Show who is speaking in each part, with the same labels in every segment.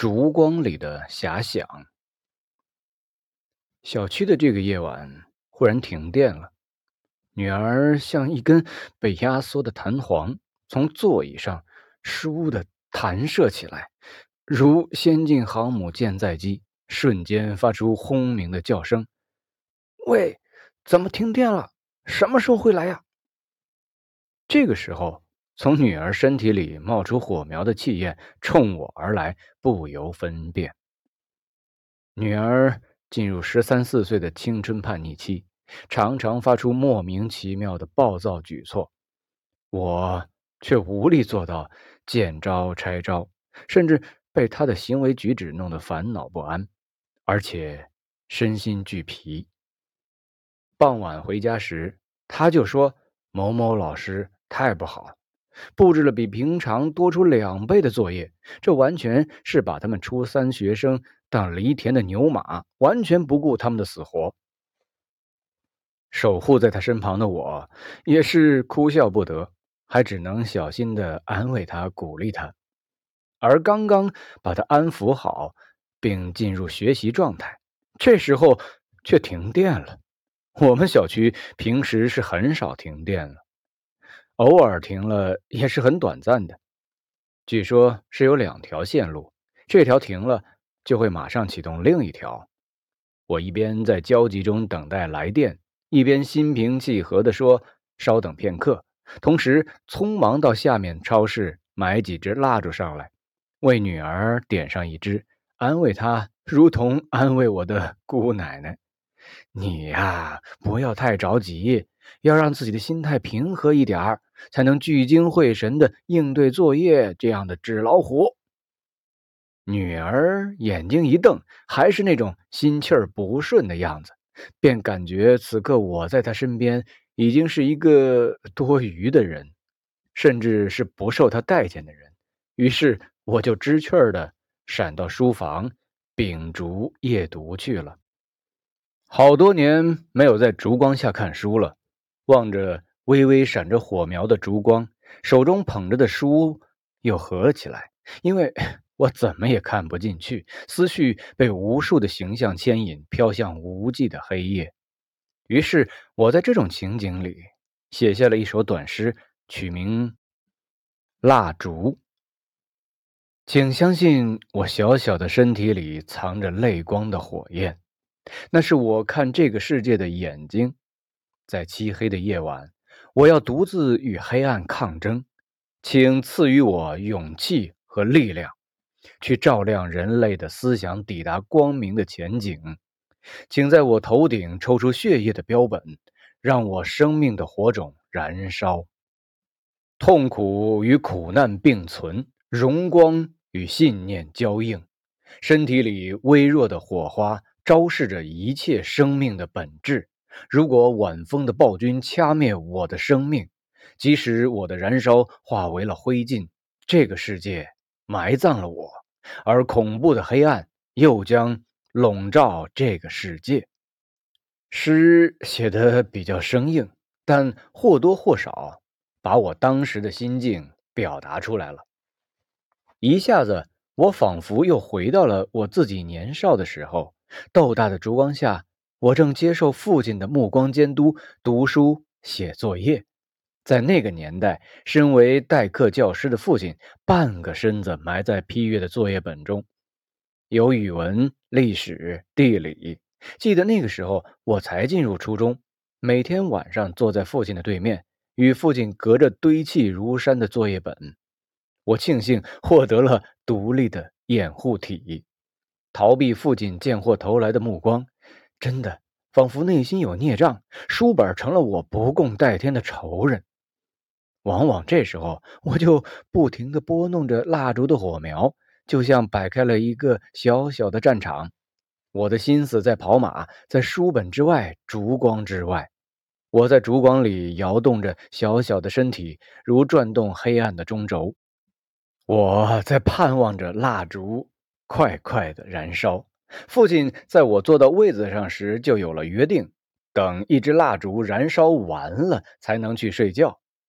Speaker 1: 烛光里的遐想。小区的这个夜晚忽然停电了，女儿像一根被压缩的弹簧，从座椅上倏地弹射起来，如先进航母舰载机，瞬间发出轰鸣的叫声。喂，怎么停电了？什么时候会来呀？这个时候，从女儿身体里冒出火苗的气焰冲我而来，不由分辨。女儿进入13、14岁的青春叛逆期，常常发出莫名其妙的暴躁举措，我却无力做到见招拆招，甚至被她的行为举止弄得烦恼不安，而且身心俱疲。傍晚回家时，她就说某某老师太不好，布置了比平常多出2倍的作业，这完全是把他们初三学生当犁田的牛马，完全不顾他们的死活。守护在他身旁的我也是哭笑不得，还只能小心地安慰他，鼓励他。而刚刚把他安抚好并进入学习状态，这时候却停电了。我们小区平时是很少停电了，偶尔停了也是很短暂的。据说是有2条线路，这条停了就会马上启动另一条。我一边在焦急中等待来电，一边心平气和地说稍等片刻，同时匆忙到下面超市买几支蜡烛上来，为女儿点上一支，安慰她如同安慰我的姑奶奶。你呀，不要太着急，要让自己的心态平和一点儿，才能聚精会神地应对作业这样的纸老虎。女儿眼睛一瞪，还是那种心气儿不顺的样子，便感觉此刻我在她身边已经是一个多余的人，甚至是不受她待见的人。于是我就知趣儿地闪到书房，秉烛夜读去了。好多年没有在烛光下看书了，望着微微闪着火苗的烛光，手中捧着的书又合了起来，因为我怎么也看不进去，思绪被无数的形象牵引，飘向无际的黑夜。于是我在这种情景里写下了一首短诗，取名《蜡烛》。请相信我小小的身体里藏着泪光的火焰，那是我看这个世界的眼睛。在漆黑的夜晚，我要独自与黑暗抗争，请赐予我勇气和力量，去照亮人类的思想，抵达光明的前景。请在我头顶抽出血液的标本，让我生命的火种燃烧。痛苦与苦难并存，荣光与信念交映，身体里微弱的火花昭示着一切生命的本质。如果晚风的暴君掐灭我的生命，即使我的燃烧化为了灰烬，这个世界埋葬了我，而恐怖的黑暗又将笼罩这个世界。诗写得比较生硬，但或多或少把我当时的心境表达出来了。一下子，我仿佛又回到了我自己年少的时候，豆大的烛光下，我正接受父亲的目光监督，读书写作业。在那个年代，身为代课教师的父亲，半个身子埋在批阅的作业本中，有语文、历史、地理。记得那个时候，我才进入初中，每天晚上坐在父亲的对面，与父亲隔着堆砌如山的作业本。我庆幸获得了独立的掩护体，逃避父亲见过头来的目光。真的，仿佛内心有孽障，书本成了我不共戴天的仇人。往往这时候，我就不停地拨弄着蜡烛的火苗，就像摆开了一个小小的战场。我的心思在跑马，在书本之外，烛光之外。我在烛光里摇动着小小的身体，如转动黑暗的中轴。我在盼望着蜡烛快快地燃烧。父亲在我坐到位子上时就有了约定，等一支蜡烛燃烧完了才能去睡觉。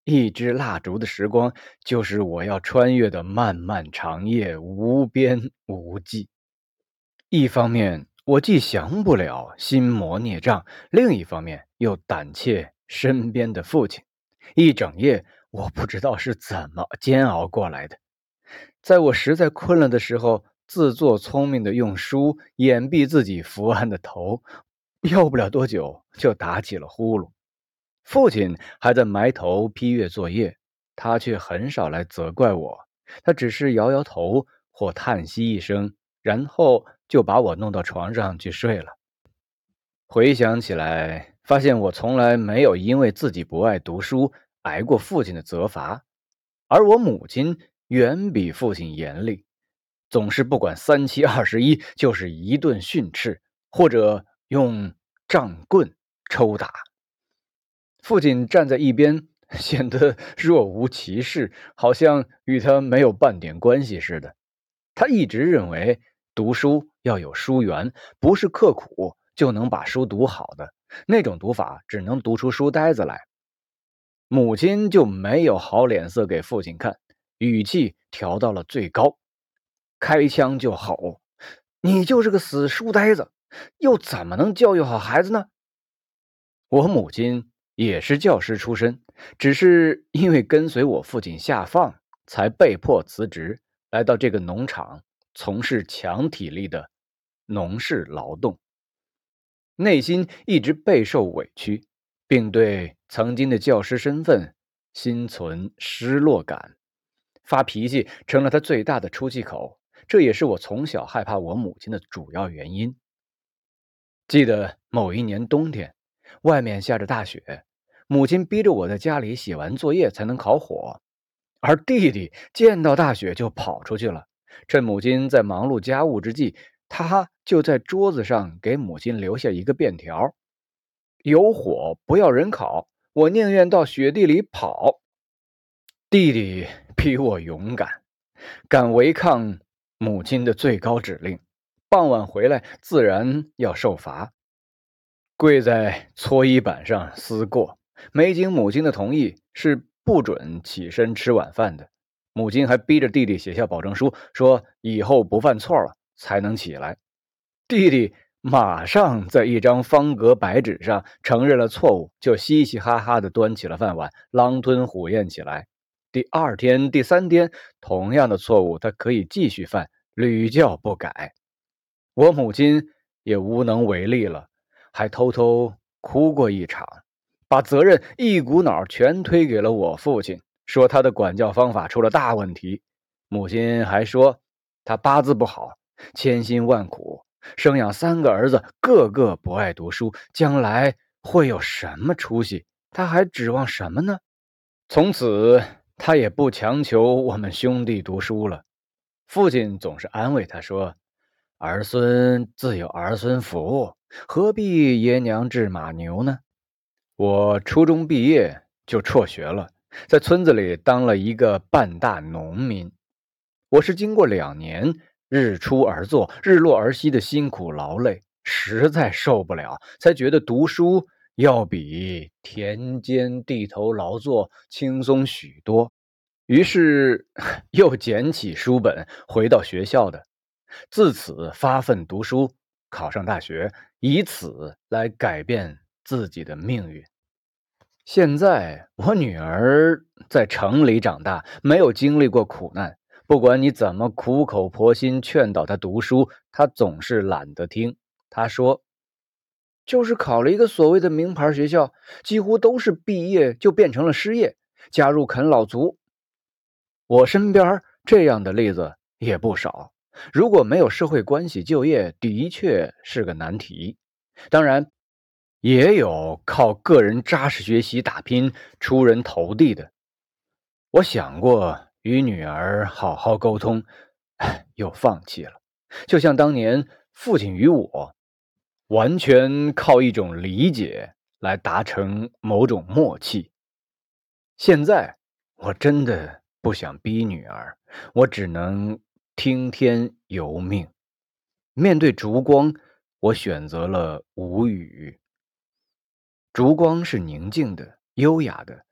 Speaker 1: 一支蜡烛的时光，就是我要穿越的漫漫长夜，无边无际。一方面，我既降不了心魔孽障，另一方面又胆怯身边的父亲。一整夜，我不知道是怎么煎熬过来的。在我实在困了的时候，自作聪明的用书掩蔽自己伏案的头，要不了多久就打起了呼噜。父亲还在埋头批阅作业，他却很少来责怪我，他只是摇摇头或叹息一声，然后就把我弄到床上去睡了。回想起来，发现我从来没有因为自己不爱读书挨过父亲的责罚，而我母亲远比父亲严厉，总是不管3七21，就是一顿训斥，或者用杖棍抽打。父亲站在一边，显得若无其事，好像与他没有半点关系似的。他一直认为读书要有书缘，不是刻苦就能把书读好的，那种读法只能读出书呆子来。母亲就没有好脸色给父亲看，语气调到了最高，开枪就吼：“你就是个死书呆子，又怎么能教育好孩子呢？”我母亲也是教师出身，只是因为跟随我父亲下放，才被迫辞职，来到这个农场从事强体力的农事劳动。内心一直备受委屈，并对曾经的教师身份心存失落感。发脾气成了他最大的出气口，这也是我从小害怕我母亲的主要原因。记得某一年冬天，外面下着大雪，母亲逼着我在家里写完作业才能烤火，而弟弟见到大雪就跑出去了。趁母亲在忙碌家务之际，他就在桌子上给母亲留下一个便条：有火不要人烤，我宁愿到雪地里跑。弟弟比我勇敢，敢违抗母亲的最高指令，傍晚回来自然要受罚。跪在搓衣板上思过，没经母亲的同意是不准起身吃晚饭的。母亲还逼着弟弟写下保证书，说以后不犯错了才能起来。弟弟马上在一张方格白纸上承认了错误，就嘻嘻哈哈地端起了饭碗，狼吞虎咽起来。第二天、第三天，同样的错误他可以继续犯，屡教不改。我母亲也无能为力了，还偷偷哭过一场，把责任一股脑全推给了我父亲，说他的管教方法出了大问题。母亲还说他八字不好，千辛万苦生养3个儿子，个个不爱读书，将来会有什么出息？他还指望什么呢？从此他也不强求我们兄弟读书了。父亲总是安慰他说：儿孙自有儿孙福，何必爷娘掷马牛呢？我初中毕业就辍学了，在村子里当了一个半大农民。我是经过2年日出而作日落而息的辛苦劳累，实在受不了，才觉得读书要比田间地头劳作轻松许多。于是又捡起书本回到学校的，自此发奋读书，考上大学，以此来改变自己的命运。现在我女儿在城里长大，没有经历过苦难，不管你怎么苦口婆心劝导她读书，她总是懒得听。她说就是考了一个所谓的名牌学校，几乎都是毕业就变成了失业，加入啃老族。我身边这样的例子也不少，如果没有社会关系就业，的确是个难题。当然，也有靠个人扎实学习打拼出人头地的。我想过与女儿好好沟通，又放弃了。就像当年父亲与我，完全靠一种理解来达成某种默契。现在我真的不想逼女儿，我只能听天由命。面对烛光，我选择了无语。烛光是宁静的、优雅的，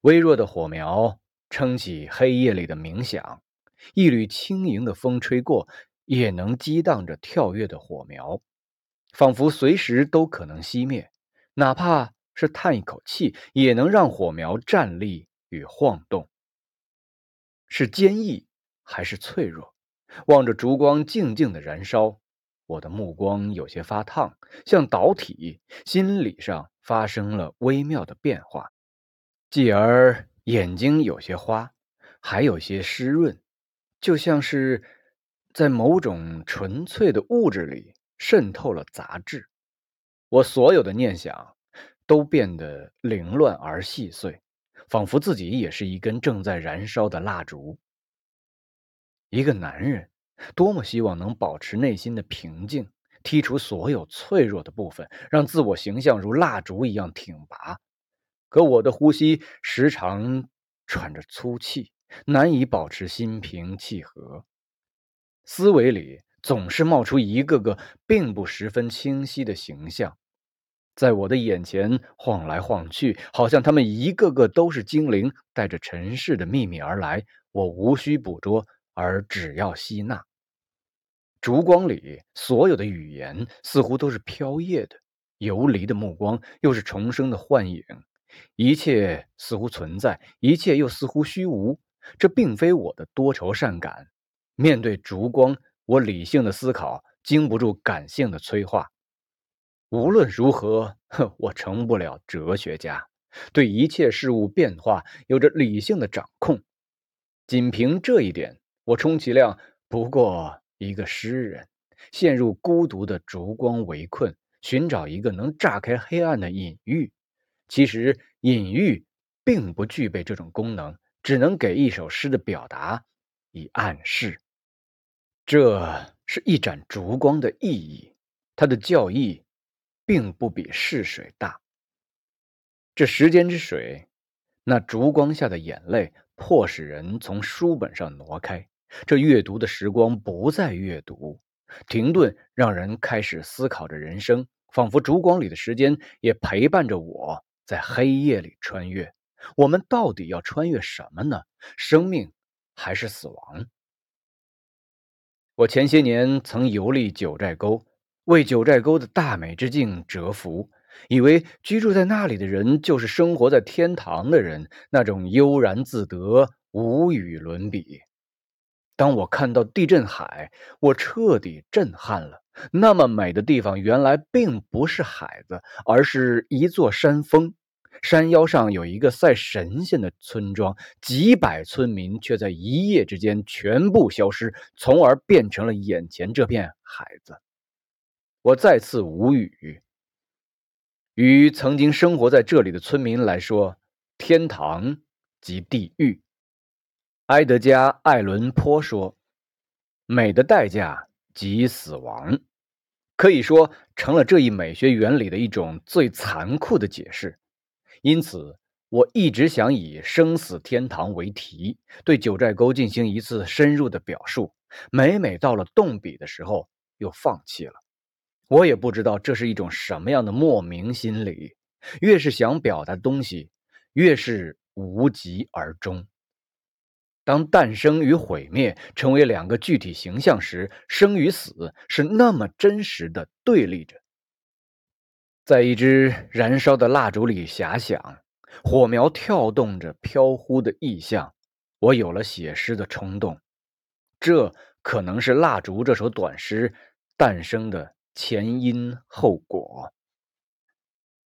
Speaker 1: 微弱的火苗撑起黑夜里的冥想，一缕轻盈的风吹过，也能激荡着跳跃的火苗，仿佛随时都可能熄灭，哪怕是叹一口气，也能让火苗站立与晃动。是坚毅还是脆弱？望着烛光静静的燃烧，我的目光有些发烫，像导体，心理上发生了微妙的变化，继而眼睛有些花，还有些湿润，就像是在某种纯粹的物质里渗透了杂质。我所有的念想都变得凌乱而细碎，仿佛自己也是一根正在燃烧的蜡烛。一个男人多么希望能保持内心的平静，剔除所有脆弱的部分，让自我形象如蜡烛一样挺拔。可我的呼吸时常喘着粗气，难以保持心平气和。思维里总是冒出一个个并不十分清晰的形象，在我的眼前晃来晃去，好像他们一个个都是精灵，带着尘世的秘密而来，我无需捕捉，而只要吸纳。烛光里所有的语言似乎都是飘曳的，游离的目光又是重生的幻影，一切似乎存在，一切又似乎虚无。这并非我的多愁善感，面对烛光，我理性的思考经不住感性的催化。无论如何，我成不了哲学家，对一切事物变化有着理性的掌控。仅凭这一点，我充其量不过一个诗人，陷入孤独的烛光围困，寻找一个能炸开黑暗的隐喻。其实隐喻并不具备这种功能，只能给一首诗的表达以暗示。这是一盏烛光的意义，它的教义并不比逝水大。这时间之水，那烛光下的眼泪，迫使人从书本上挪开。这阅读的时光不再阅读，停顿让人开始思考着人生，仿佛烛光里的时间也陪伴着我在黑夜里穿越。我们到底要穿越什么呢？生命还是死亡？我前些年曾游历九寨沟，为九寨沟的大美之境折服，以为居住在那里的人就是生活在天堂的人，那种悠然自得，无与伦比。当我看到地震海，我彻底震撼了。那么美的地方，原来并不是海子，而是一座山峰。山腰上有一个赛神仙的村庄，几百村民却在一夜之间全部消失，从而变成了眼前这片海子。我再次无语。与曾经生活在这里的村民来说，天堂即地狱。埃德加·艾伦坡说：美的代价即死亡，可以说成了这一美学原理的一种最残酷的解释。因此，我一直想以生死天堂为题，对九寨沟进行一次深入的表述。每每到了动笔的时候，又放弃了。我也不知道这是一种什么样的莫名心理，越是想表达的东西，越是无疾而终。当诞生与毁灭成为两个具体形象时，生与死是那么真实的对立着。在一支燃烧的蜡烛里遐想，火苗跳动着飘忽的意象，我有了写诗的冲动。这可能是《蜡烛》这首短诗诞生的前因后果。